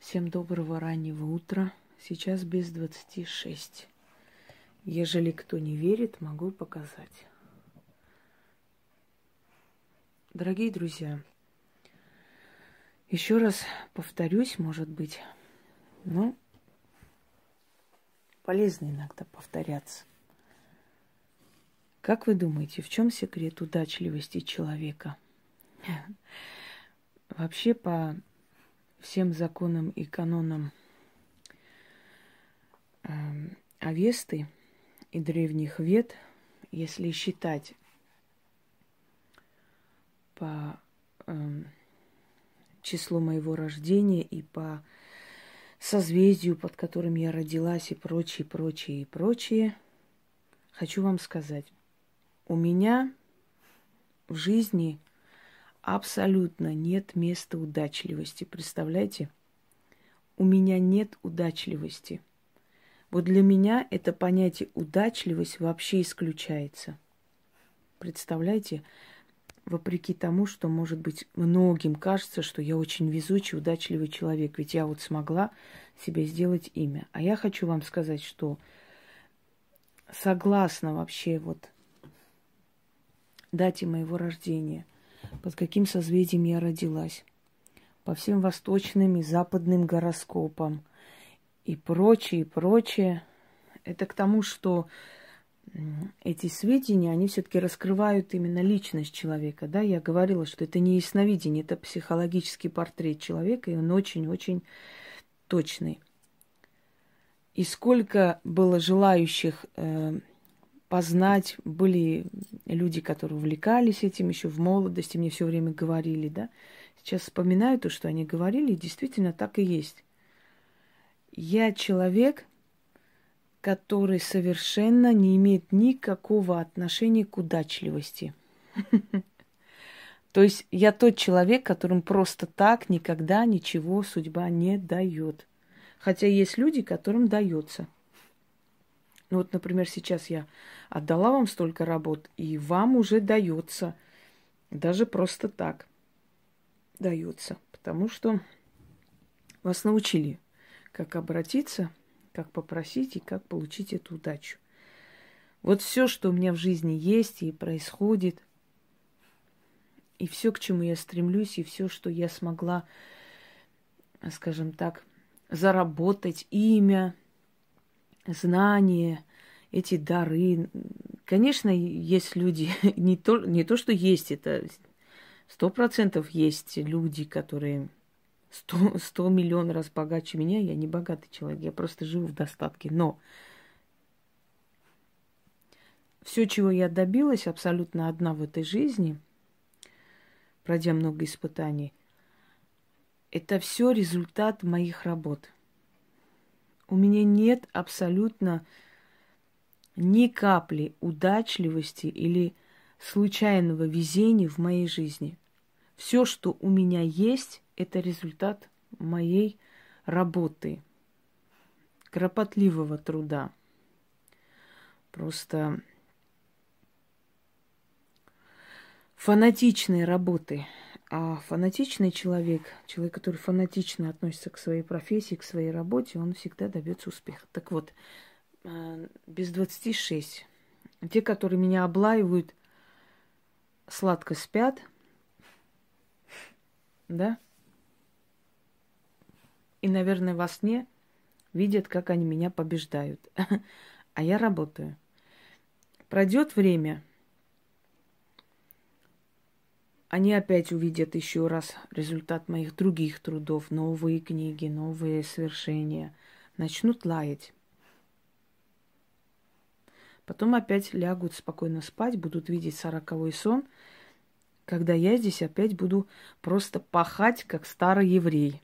Всем доброго раннего утра. Сейчас без 26. Ежели кто не верит, могу показать. Дорогие друзья, еще раз повторюсь, может быть, но полезно иногда повторяться. Как вы думаете, в чем секрет удачливости человека? Вообще, по всем законам и канонам Авесты и древних Вед, если считать по числу моего рождения и по созвездию, под которым я родилась, и прочее, прочее, и прочее, хочу вам сказать, у меня в жизни абсолютно нет места удачливости. Представляете? У меня нет удачливости. Вот для меня это понятие удачливость вообще исключается. Представляете? Вопреки тому, что, может быть, многим кажется, что я очень везучий, удачливый человек, ведь я вот смогла себе сделать имя. А я хочу вам сказать, что согласно вообще вот дате моего рождения, под каким созвездием я родилась, по всем восточным и западным гороскопам и прочее, прочее, это к тому, что эти сведения, они все-таки раскрывают именно личность человека, да, я говорила, что это не ясновидение, это психологический портрет человека, и он очень-очень точный. И сколько было желающих познать, были люди, которые увлекались этим еще в молодости, мне все время говорили, да. Сейчас вспоминаю то, что они говорили, и действительно так и есть. Я человек, который совершенно не имеет никакого отношения к удачливости. То есть я тот человек, которым просто так никогда ничего судьба не дает. Хотя есть люди, которым дается. Ну вот, например, сейчас я отдала вам столько работ, и вам уже дается. Даже просто так дается. Потому что вас научили, как обратиться, как попросить и как получить эту удачу. Вот все, что у меня в жизни есть и происходит, и все, к чему я стремлюсь, и все, что я смогла, скажем так, заработать, имя, знания, эти дары. Конечно, есть люди, не то, что есть, это 100% есть люди, которые 100 миллионов раз богаче меня. Я не богатый человек, я просто живу в достатке. Но все, чего я добилась, абсолютно одна в этой жизни, пройдя много испытаний, это все результат моих работ. У меня нет абсолютно ни капли удачливости или случайного везения в моей жизни. Все, что у меня есть, это результат моей работы, кропотливого труда. Просто фанатичной работы. А фанатичный человек, который фанатично относится к своей профессии, к своей работе, он всегда добьется успеха. Так вот, без 26. Те, которые меня облаивают, сладко спят, да? И, наверное, во сне видят, как они меня побеждают. А я работаю. Пройдет время, они опять увидят еще раз результат моих других трудов, новые книги, новые свершения. Начнут лаять. Потом опять лягут спокойно спать, будут видеть 40-й сон, когда я здесь опять буду просто пахать, как старый еврей.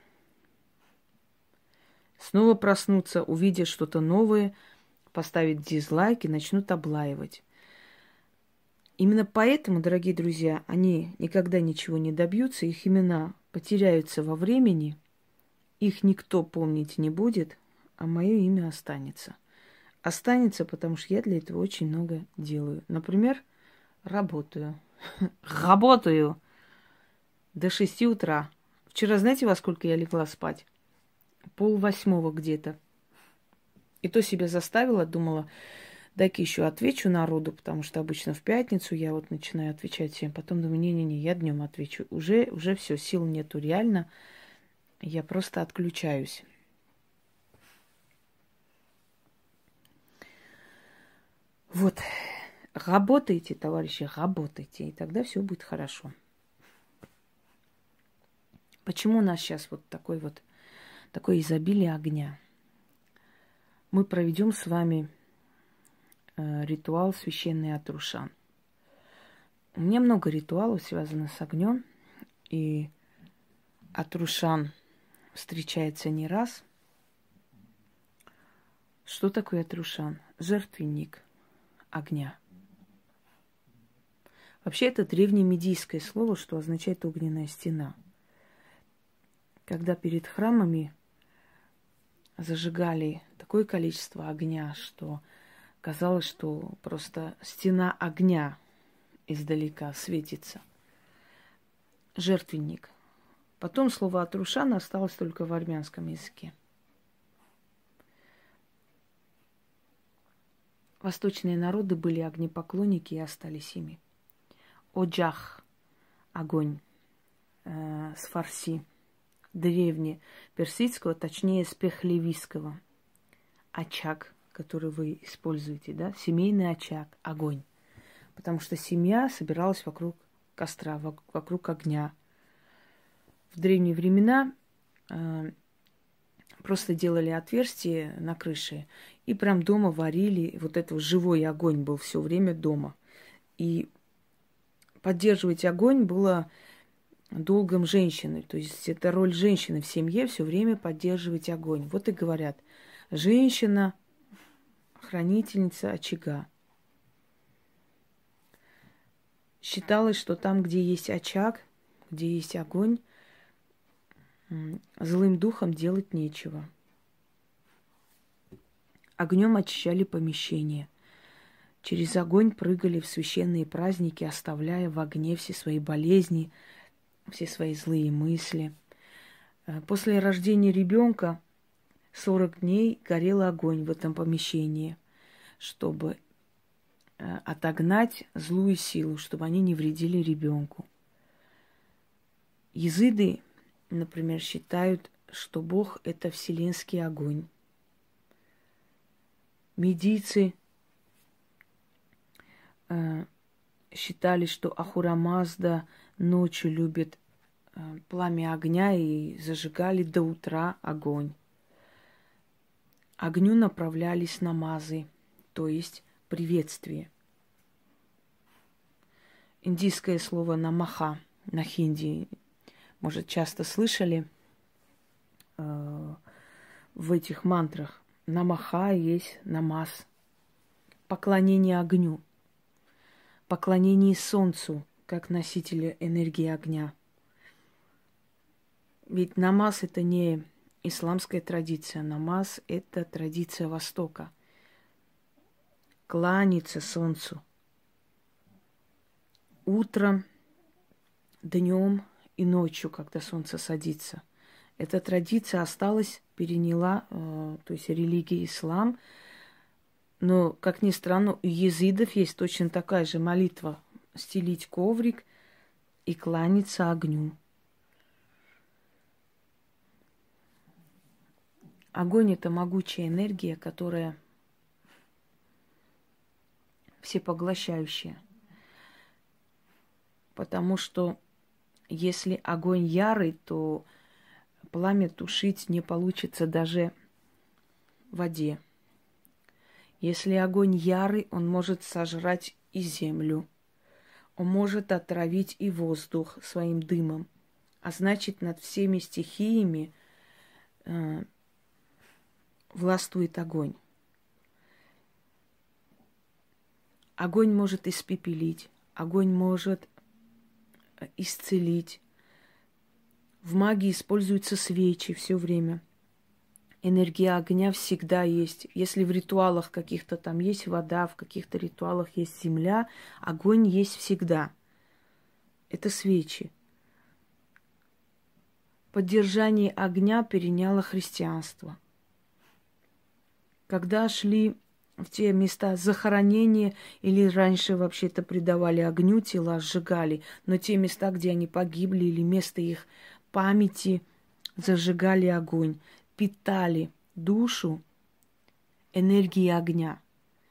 Снова проснуться, увидят что-то новое, поставить дизлайк и начнут облаивать. Именно поэтому, дорогие друзья, они никогда ничего не добьются, их имена потеряются во времени, их никто помнить не будет, а мое имя останется. Останется, потому что я для этого очень много делаю. Например, работаю. Работаю до 6 утра. Вчера знаете, во сколько я легла спать? 7:30 где-то. И то себя заставила, думала, дай-ка еще отвечу народу, потому что обычно в пятницу я вот начинаю отвечать всем. Потом думаю, не-не-не, я днем отвечу. Уже все, сил нету реально. Я просто отключаюсь. Вот. Работайте, товарищи, работайте, и тогда все будет хорошо. Почему у нас сейчас вот такое изобилие огня? Мы проведем с вами ритуал священный Атрушан. У меня много ритуалов, связанных с огнем, и Атрушан встречается не раз. Что такое Атрушан? Жертвенник огня. Вообще это древнемидийское слово, что означает огненная стена. Когда перед храмами зажигали такое количество огня, что казалось, что просто стена огня издалека светится. Жертвенник. Потом слово Атрушан осталось только в армянском языке. Восточные народы были огнепоклонники и остались ими. Оджах – огонь с фарси, древнеперсидского, точнее с пехлевийского. Очаг, который вы используете, да, семейный очаг, огонь. Потому что семья собиралась вокруг костра, вокруг огня. В древние времена просто делали отверстие на крыше и прям дома варили. Вот этот живой огонь был все время дома. И поддерживать огонь было долгом женщины. То есть это роль женщины в семье все время поддерживать огонь. Вот и говорят, женщина, хранительница очага. Считалось, что там, где есть очаг, где есть огонь, злым духом делать нечего. Огнем очищали помещение. Через огонь прыгали в священные праздники, оставляя в огне все свои болезни, все свои злые мысли. После рождения ребенка 40 дней горел огонь в этом помещении, чтобы отогнать злую силу, чтобы они не вредили ребенку. Езиды, например, считают, что Бог – это вселенский огонь. Медийцы считали, что Ахура Мазда ночью любит пламя огня и зажигали до утра огонь. Огню направлялись намазы, то есть приветствие. Индийское слово намаха на хинди, может, часто слышали в этих мантрах. Намаха есть намаз, поклонение огню, поклонение солнцу, как носителю энергии огня. Ведь намаз – это не исламская традиция, намаз – это традиция Востока. Кланяться солнцу утром, днем и ночью, когда солнце садится. Эта традиция осталась, переняла, то есть религия ислам. Но, как ни странно, у езидов есть точно такая же молитва – стелить коврик и кланяться огню. Огонь – это могучая энергия, которая всепоглощающая. Потому что если огонь ярый, то пламя тушить не получится даже в воде. Если огонь ярый, он может сожрать и землю. Он может отравить и воздух своим дымом. А значит, над всеми стихиями властвует огонь. Огонь может испепелить, огонь может исцелить. В магии используются свечи все время. Энергия огня всегда есть. Если в ритуалах каких-то там есть вода, в каких-то ритуалах есть земля, огонь есть всегда. Это свечи. поддержание огня переняло христианство. Когда шли в те места захоронения, или раньше вообще-то придавали огню, тела сжигали, но те места, где они погибли, или место их памяти, зажигали огонь, питали душу энергией огня.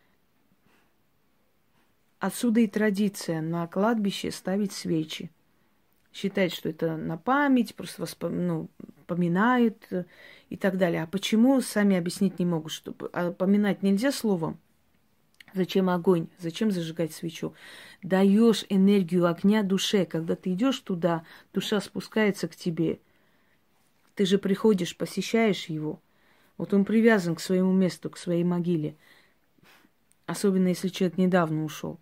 Отсюда и традиция на кладбище ставить свечи. Считать, что это на память, просто поминают и так далее. А почему, сами объяснить не могут. Что поминать нельзя словом. Зачем огонь? Зачем зажигать свечу? Даешь энергию огня душе. Когда ты идешь туда, душа спускается к тебе. Ты же приходишь, посещаешь его. Вот он привязан к своему месту, к своей могиле. Особенно, если человек недавно ушел.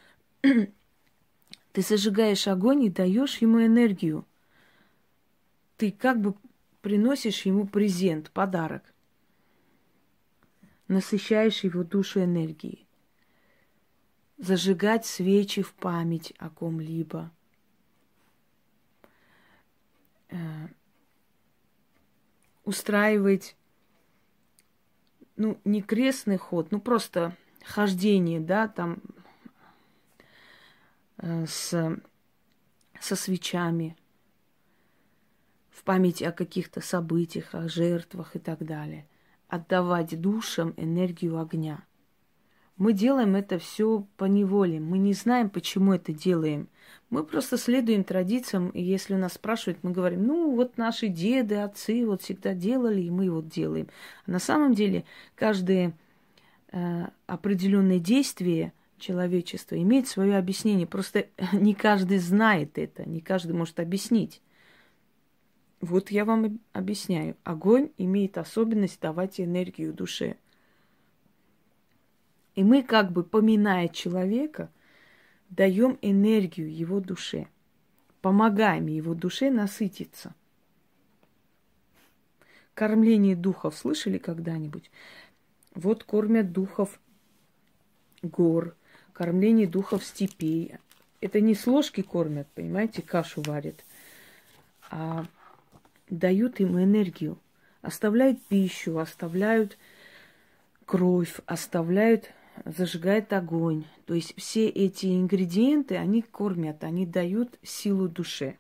Ты зажигаешь огонь и даешь ему энергию. Ты как бы приносишь ему презент, подарок. Насыщаешь его душу энергией. Зажигать свечи в память о ком-либо. Устраивать, не крестный ход, просто хождение, да, там со свечами, в память о каких-то событиях, о жертвах и так далее. Отдавать душам энергию огня. Мы делаем это все поневоле. Мы не знаем, почему это делаем. Мы просто следуем традициям, и если нас спрашивают, мы говорим, вот наши деды, отцы вот всегда делали, и мы вот делаем. А на самом деле каждое определенное действие человечества имеет свое объяснение. Просто не каждый знает это, не каждый может объяснить. Вот я вам объясняю. Огонь имеет особенность давать энергию душе. И мы, как бы поминая человека, даем энергию его душе. Помогаем его душе насытиться. Кормление духов слышали когда-нибудь? Вот кормят духов гор, кормление духов степей. Это не с ложки кормят, понимаете, кашу варят, а дают им энергию. Оставляют пищу, оставляют кровь, зажигают огонь. То есть все эти ингредиенты, они кормят, они дают силу душе.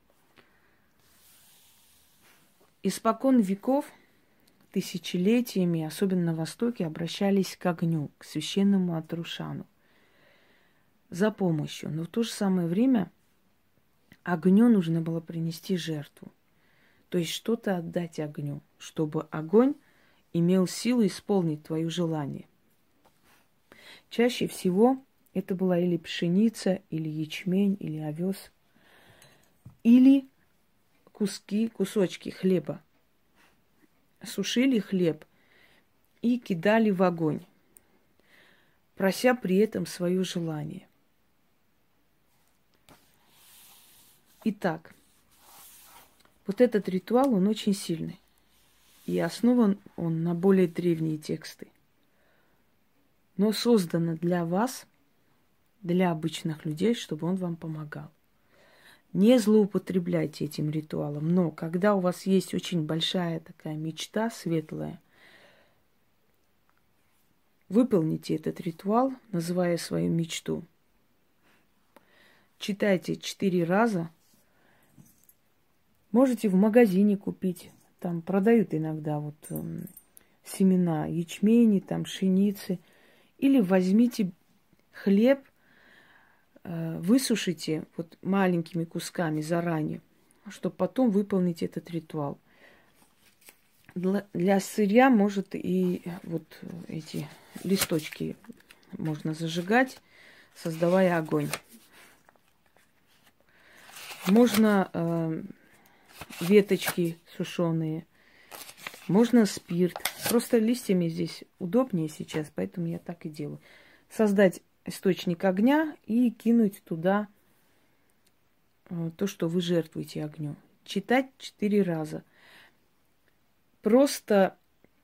Испокон веков, тысячелетиями, особенно на Востоке, обращались к огню, к священному Атрушану за помощью. Но в то же самое время огню нужно было принести жертву. То есть что-то отдать огню, чтобы огонь имел силу исполнить твое желание. Чаще всего это была или пшеница, или ячмень, или овес, или кусочки хлеба. Сушили хлеб и кидали в огонь, прося при этом свое желание. Итак, вот этот ритуал, он очень сильный. И основан он на более древние тексты. Но создано для вас, для обычных людей, чтобы он вам помогал. Не злоупотребляйте этим ритуалом. Но когда у вас есть очень большая такая мечта светлая, выполните этот ритуал, называя свою мечту. Читайте 4 раза. Можете в магазине купить. Там продают иногда семена ячмени, пшеницы. Или возьмите хлеб, высушите маленькими кусками заранее, чтобы потом выполнить этот ритуал. Для сырья может и эти листочки можно зажигать, создавая огонь. Можно веточки сушеные, можно спирт. Просто листьями здесь удобнее сейчас, поэтому я так и делаю. Создать источник огня и кинуть туда то, что вы жертвуете огню. Читать 4 раза. Просто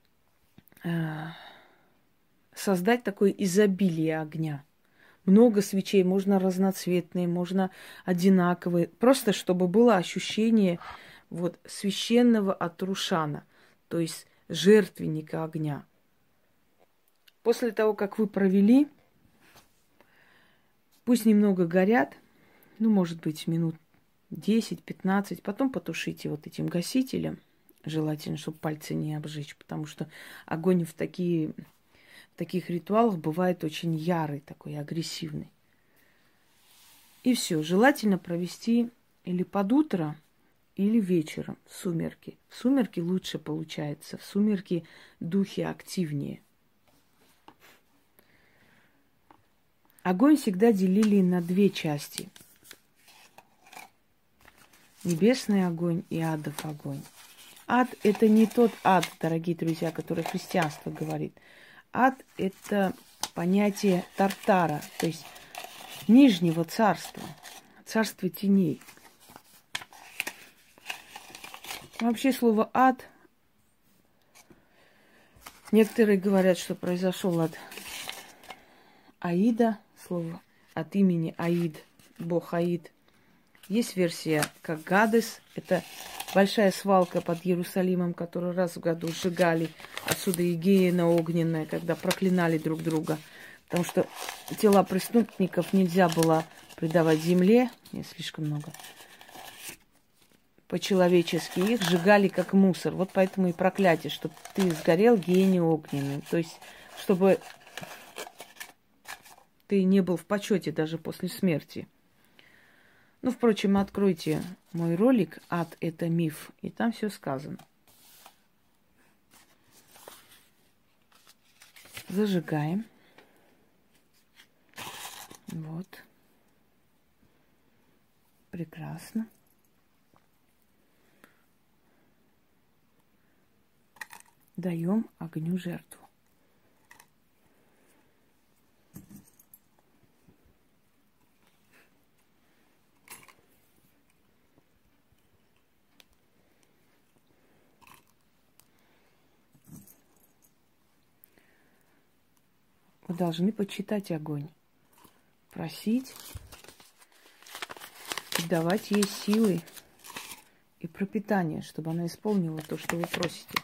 создать такое изобилие огня. Много свечей, можно разноцветные, можно одинаковые. Просто чтобы было ощущение вот священного Атрушана, то есть жертвенника огня. После того, как вы провели, пусть немного горят, ну, может быть, минут 10-15, потом потушите вот этим гасителем. Желательно, чтобы пальцы не обжечь, потому что огонь в таких ритуалах бывает очень ярый, такой агрессивный. И все. Желательно провести или под утро, или вечером, в сумерки. В сумерки лучше получается. В сумерки духи активнее. Огонь всегда делили на две части. Небесный огонь и адов огонь. Ад – это не тот ад, дорогие друзья, который христианство говорит. Ад – это понятие Тартара, то есть нижнего царства, царства теней. Вообще слово «ад», некоторые говорят, что произошел от Аида, слово от имени Аид, бог Аид. Есть версия как Гадес, это большая свалка под Иерусалимом, которую раз в году сжигали. Отсюда и гиена огненная, когда проклинали друг друга. Потому что тела преступников нельзя было предавать земле, нет, слишком много. По-человечески их сжигали как мусор. Вот поэтому и проклятие, чтобы ты сгорел гиене огненной. То есть, чтобы ты не был в почете даже после смерти. Ну, впрочем, откройте мой ролик «Ад – это миф», и там все сказано. Зажигаем. Вот. Прекрасно. Даем огню жертву. Вы должны почитать огонь, просить и давать ей силы и пропитание, чтобы она исполнила то, что вы просите.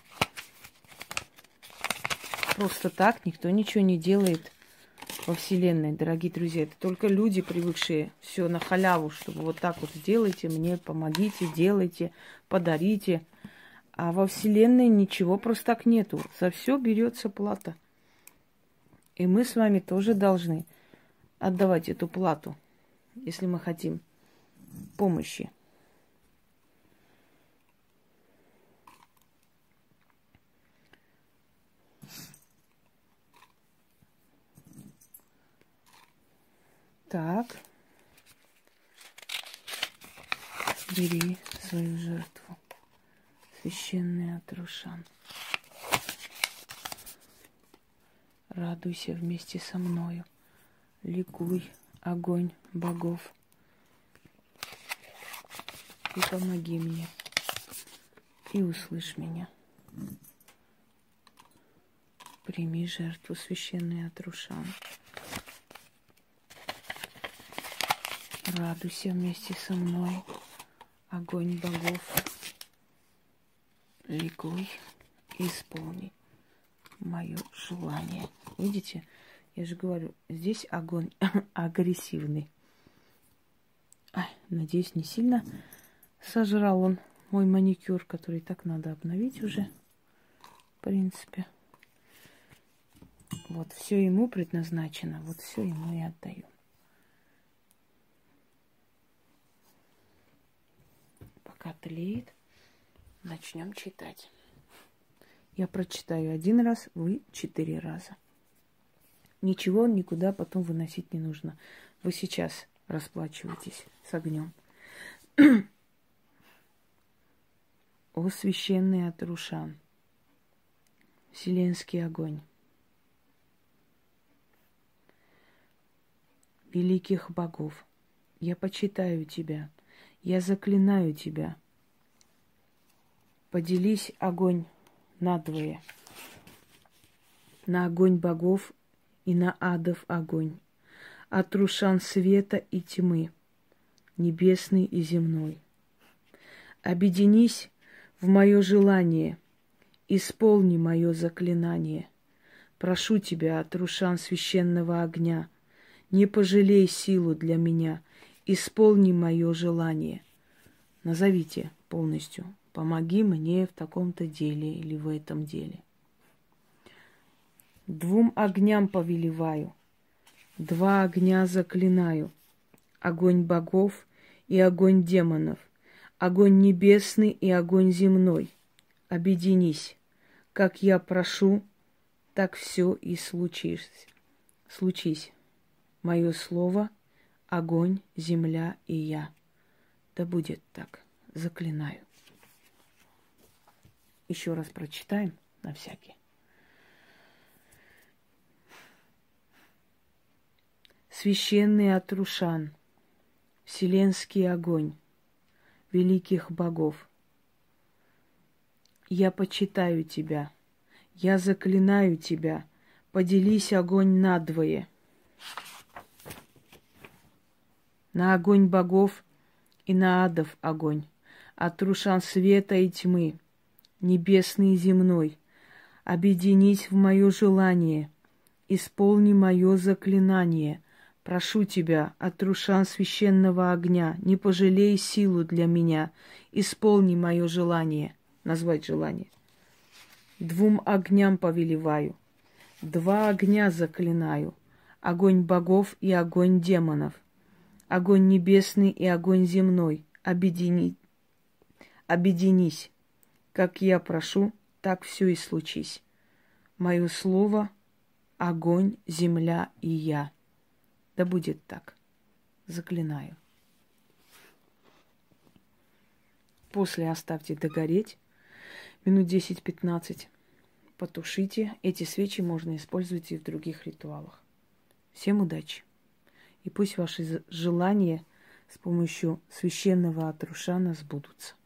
Просто так никто ничего не делает во Вселенной, дорогие друзья. Это только люди, привыкшие все на халяву, чтобы вот так вот сделайте мне, помогите, делайте, подарите. А во Вселенной ничего просто так нету. За все берется плата. И мы с вами тоже должны отдавать эту плату, если мы хотим помощи. Так. Бери свою жертву, священный Атрушан. Радуйся вместе со мною, ликуй, огонь богов, и помоги мне, и услышь меня. Прими жертву, священный Атрушан. Радуйся вместе со мной, огонь богов, ликуй, исполни мое желание. Видите, я же говорю, здесь огонь агрессивный. Надеюсь, не сильно сожрал он мой маникюр, который так надо обновить уже, в принципе. Вот, все ему предназначено, вот все ему и отдаю. Пока тлеет, начнем читать. Я прочитаю 1 раз, вы 4 раза. Ничего никуда потом выносить не нужно. Вы сейчас расплачиваетесь с огнем. О священный Атрушан, вселенский огонь, великих богов, я почитаю тебя, я заклинаю тебя. Поделись огонь надвое, на огонь богов и на адов огонь, Атрушан света и тьмы, небесный и земной. Объединись в мое желание, исполни мое заклинание. Прошу тебя, Атрушан священного огня, не пожалей силу для меня, исполни мое желание. Назовите полностью. Помоги мне в таком-то деле или в этом деле. Двум огням повелеваю, два огня заклинаю. Огонь богов и огонь демонов, огонь небесный и огонь земной. Объединись, как я прошу, так все и случись. Мое слово — огонь, земля и я. Да будет так, заклинаю. Еще раз прочитаем на всякий. Священный Атрушан, вселенский огонь великих богов, я почитаю тебя, я заклинаю тебя, поделись огонь надвое. На огонь богов и на адов огонь, Атрушан света и тьмы, небесный и земной, объединись в мое желание, исполни мое заклинание. Прошу тебя, Атрушан священного огня, не пожалей силу для меня, исполни мое желание. Назвать желание. Двум огням повелеваю, два огня заклинаю, огонь богов и огонь демонов, огонь небесный и огонь земной. Объединись, как я прошу, так все и случись. Мое слово — огонь, земля и я. Да будет так. Заклинаю. После оставьте догореть. Минут 10-15. Потушите. Эти свечи можно использовать и в других ритуалах. Всем удачи. И пусть ваши желания с помощью священного Атрушана сбудутся.